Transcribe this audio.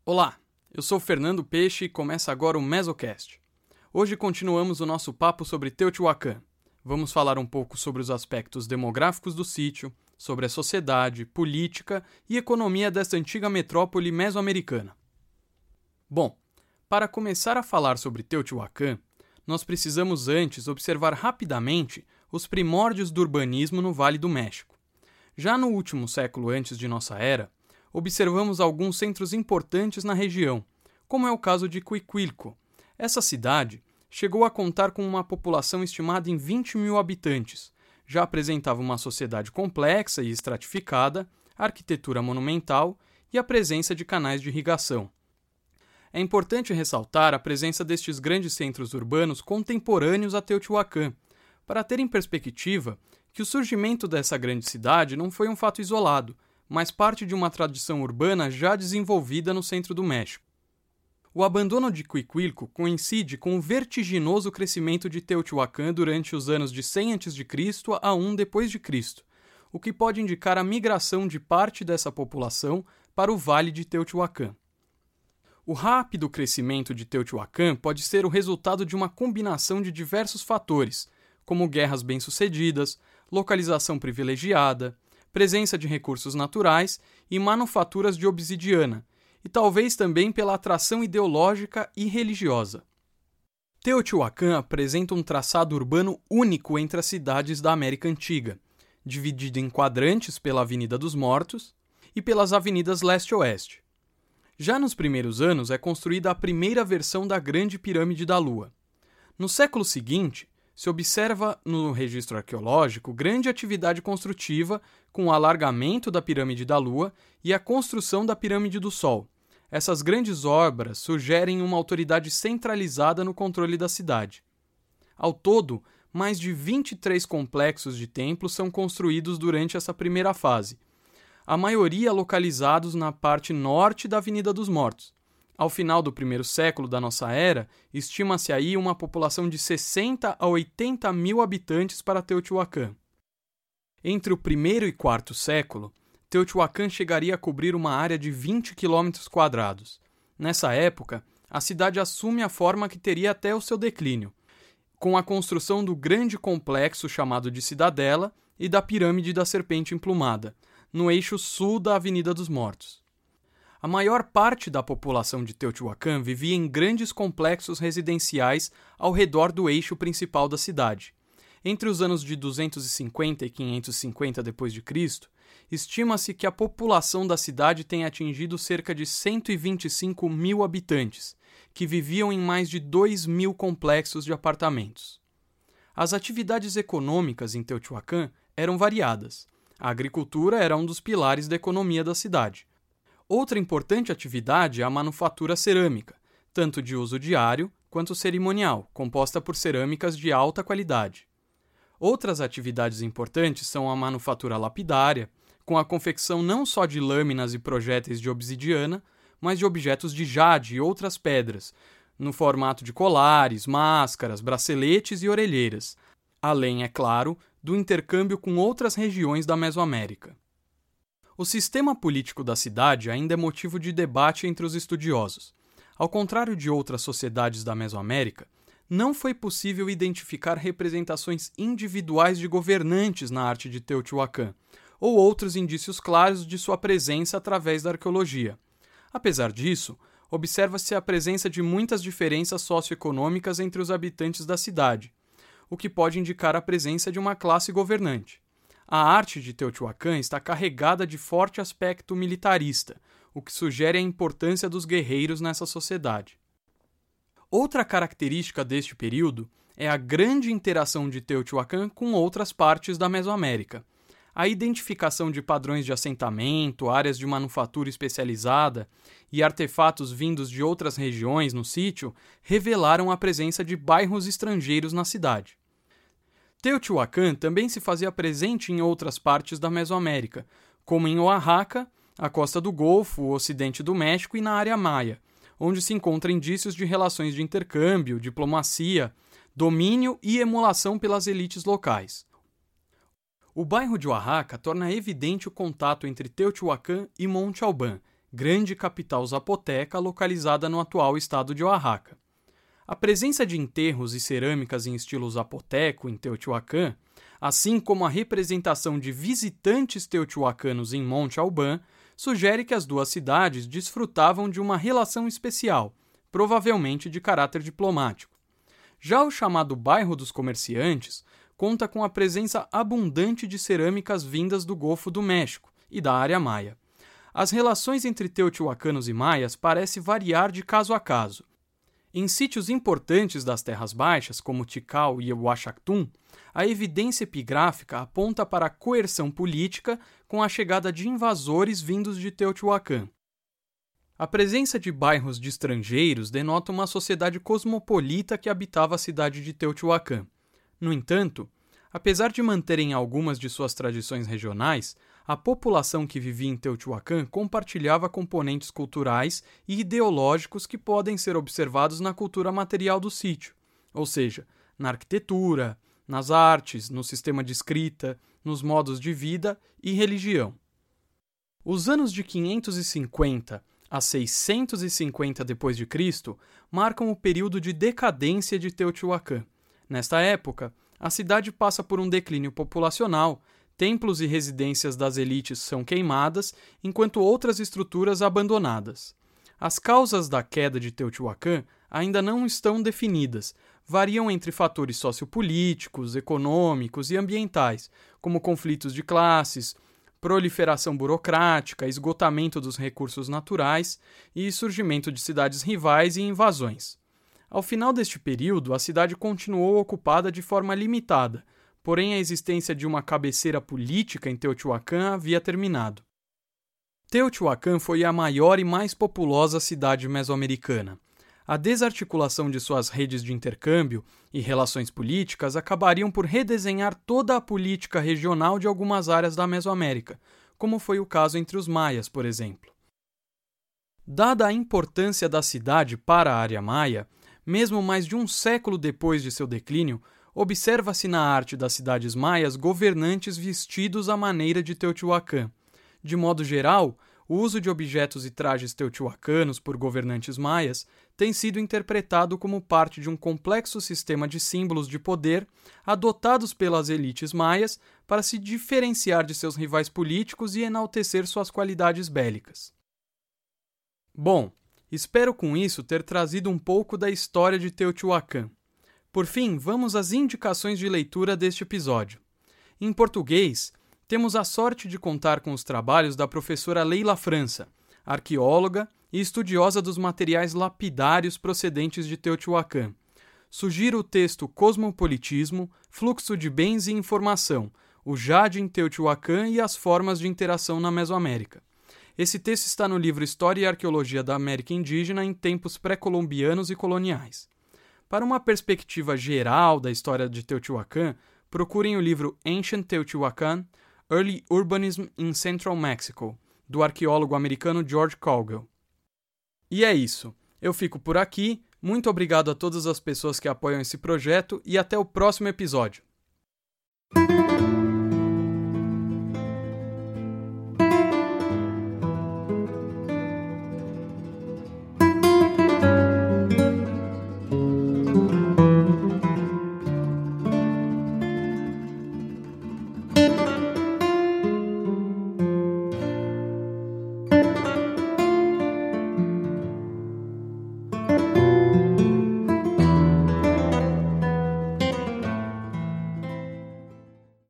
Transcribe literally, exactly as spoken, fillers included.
Olá, eu sou Fernando Peixe e começa agora o Mesocast. Hoje continuamos o nosso papo sobre Teotihuacan. Vamos falar um pouco sobre os aspectos demográficos do sítio, sobre a sociedade, política e economia desta antiga metrópole mesoamericana. Bom, para começar a falar sobre Teotihuacan, nós precisamos antes observar rapidamente os primórdios do urbanismo no Vale do México. Já no último século antes de nossa era, observamos alguns centros importantes na região, como é o caso de Cuicuilco. Essa cidade chegou a contar com uma população estimada em vinte mil habitantes, já apresentava uma sociedade complexa e estratificada, arquitetura monumental e a presença de canais de irrigação. É importante ressaltar a presença destes grandes centros urbanos contemporâneos a Teotihuacan, para ter em perspectiva que o surgimento dessa grande cidade não foi um fato isolado, mas parte de uma tradição urbana já desenvolvida no centro do México. O abandono de Cuicuilco coincide com o vertiginoso crescimento de Teotihuacan durante os anos de cem antes de Cristo a um depois de Cristo, o que pode indicar a migração de parte dessa população para o Vale de Teotihuacan. O rápido crescimento de Teotihuacan pode ser o resultado de uma combinação de diversos fatores, como guerras bem-sucedidas, localização privilegiada, presença de recursos naturais e manufaturas de obsidiana, e talvez também pela atração ideológica e religiosa. Teotihuacan apresenta um traçado urbano único entre as cidades da América Antiga, dividido em quadrantes pela Avenida dos Mortos e pelas avenidas leste-oeste. Já nos primeiros anos é construída a primeira versão da Grande Pirâmide da Lua. No século seguinte, se observa no registro arqueológico grande atividade construtiva com o alargamento da Pirâmide da Lua e a construção da Pirâmide do Sol. Essas grandes obras sugerem uma autoridade centralizada no controle da cidade. Ao todo, mais de vinte e três complexos de templos são construídos durante essa primeira fase, a maioria localizados na parte norte da Avenida dos Mortos. Ao final do primeiro século da nossa era, estima-se aí uma população de sessenta a oitenta mil habitantes para Teotihuacan. Entre o primeiro e quarto século, Teotihuacan chegaria a cobrir uma área de vinte quilômetros quadrados. Nessa época, a cidade assume a forma que teria até o seu declínio, com a construção do grande complexo chamado de Cidadela e da Pirâmide da Serpente Emplumada, no eixo sul da Avenida dos Mortos. A maior parte da população de Teotihuacan vivia em grandes complexos residenciais ao redor do eixo principal da cidade. Entre os anos de duzentos e cinquenta e quinhentos e cinquenta depois de Cristo, estima-se que a população da cidade tenha atingido cerca de cento e vinte e cinco mil habitantes, que viviam em mais de dois mil complexos de apartamentos. As atividades econômicas em Teotihuacan eram variadas. A agricultura era um dos pilares da economia da cidade. Outra importante atividade é a manufatura cerâmica, tanto de uso diário quanto cerimonial, composta por cerâmicas de alta qualidade. Outras atividades importantes são a manufatura lapidária, com a confecção não só de lâminas e projéteis de obsidiana, mas de objetos de jade e outras pedras, no formato de colares, máscaras, braceletes e orelheiras, além, é claro, do intercâmbio com outras regiões da Mesoamérica. O sistema político da cidade ainda é motivo de debate entre os estudiosos. Ao contrário de outras sociedades da Mesoamérica, não foi possível identificar representações individuais de governantes na arte de Teotihuacan, ou outros indícios claros de sua presença através da arqueologia. Apesar disso, observa-se a presença de muitas diferenças socioeconômicas entre os habitantes da cidade, o que pode indicar a presença de uma classe governante. A arte de Teotihuacan está carregada de forte aspecto militarista, o que sugere a importância dos guerreiros nessa sociedade. Outra característica deste período é a grande interação de Teotihuacan com outras partes da Mesoamérica. A identificação de padrões de assentamento, áreas de manufatura especializada e artefatos vindos de outras regiões no sítio revelaram a presença de bairros estrangeiros na cidade. Teotihuacan também se fazia presente em outras partes da Mesoamérica, como em Oaxaca, a costa do Golfo, o ocidente do México e na área maia, onde se encontram indícios de relações de intercâmbio, diplomacia, domínio e emulação pelas elites locais. O bairro de Oaxaca torna evidente o contato entre Teotihuacan e Monte Albán, grande capital zapoteca localizada no atual estado de Oaxaca. A presença de enterros e cerâmicas em estilo zapoteco em Teotihuacán, assim como a representação de visitantes teotihuacanos em Monte Albán, sugere que as duas cidades desfrutavam de uma relação especial, provavelmente de caráter diplomático. Já o chamado Bairro dos Comerciantes conta com a presença abundante de cerâmicas vindas do Golfo do México e da área maia. As relações entre teotihuacanos e maias parecem variar de caso a caso. Em sítios importantes das Terras Baixas, como Tikal e Uaxactún, a evidência epigráfica aponta para a coerção política com a chegada de invasores vindos de Teotihuacán. A presença de bairros de estrangeiros denota uma sociedade cosmopolita que habitava a cidade de Teotihuacán. No entanto, apesar de manterem algumas de suas tradições regionais, a população que vivia em Teotihuacán compartilhava componentes culturais e ideológicos que podem ser observados na cultura material do sítio, ou seja, na arquitetura, nas artes, no sistema de escrita, nos modos de vida e religião. Os anos de quinhentos e cinquenta a seiscentos e cinquenta depois de Cristo marcam o período de decadência de Teotihuacán. Nesta época, a cidade passa por um declínio populacional, templos e residências das elites são queimadas, enquanto outras estruturas abandonadas. As causas da queda de Teotihuacán ainda não estão definidas, variam entre fatores sociopolíticos, econômicos e ambientais, como conflitos de classes, proliferação burocrática, esgotamento dos recursos naturais e surgimento de cidades rivais e invasões. Ao final deste período, a cidade continuou ocupada de forma limitada, porém a existência de uma cabeceira política em Teotihuacán havia terminado. Teotihuacán foi a maior e mais populosa cidade mesoamericana. A desarticulação de suas redes de intercâmbio e relações políticas acabariam por redesenhar toda a política regional de algumas áreas da Mesoamérica, como foi o caso entre os maias, por exemplo. Dada a importância da cidade para a área maia, mesmo mais de um século depois de seu declínio, observa-se na arte das cidades maias governantes vestidos à maneira de Teotihuacán. De modo geral, o uso de objetos e trajes teotihuacanos por governantes maias tem sido interpretado como parte de um complexo sistema de símbolos de poder adotados pelas elites maias para se diferenciar de seus rivais políticos e enaltecer suas qualidades bélicas. Bom, espero com isso ter trazido um pouco da história de Teotihuacán. Por fim, vamos às indicações de leitura deste episódio. Em português, temos a sorte de contar com os trabalhos da professora Leila França, arqueóloga e estudiosa dos materiais lapidários procedentes de Teotihuacán. Sugiro o texto Cosmopolitismo, Fluxo de Bens e Informação, o Jade em Teotihuacán e as Formas de Interação na Mesoamérica. Esse texto está no livro História e Arqueologia da América Indígena em Tempos Pré-Colombianos e Coloniais. Para uma perspectiva geral da história de Teotihuacán, procurem o livro Ancient Teotihuacán, Early Urbanism in Central Mexico, do arqueólogo americano George Cowgill. E é isso. Eu fico por aqui. Muito obrigado a todas as pessoas que apoiam esse projeto e até o próximo episódio.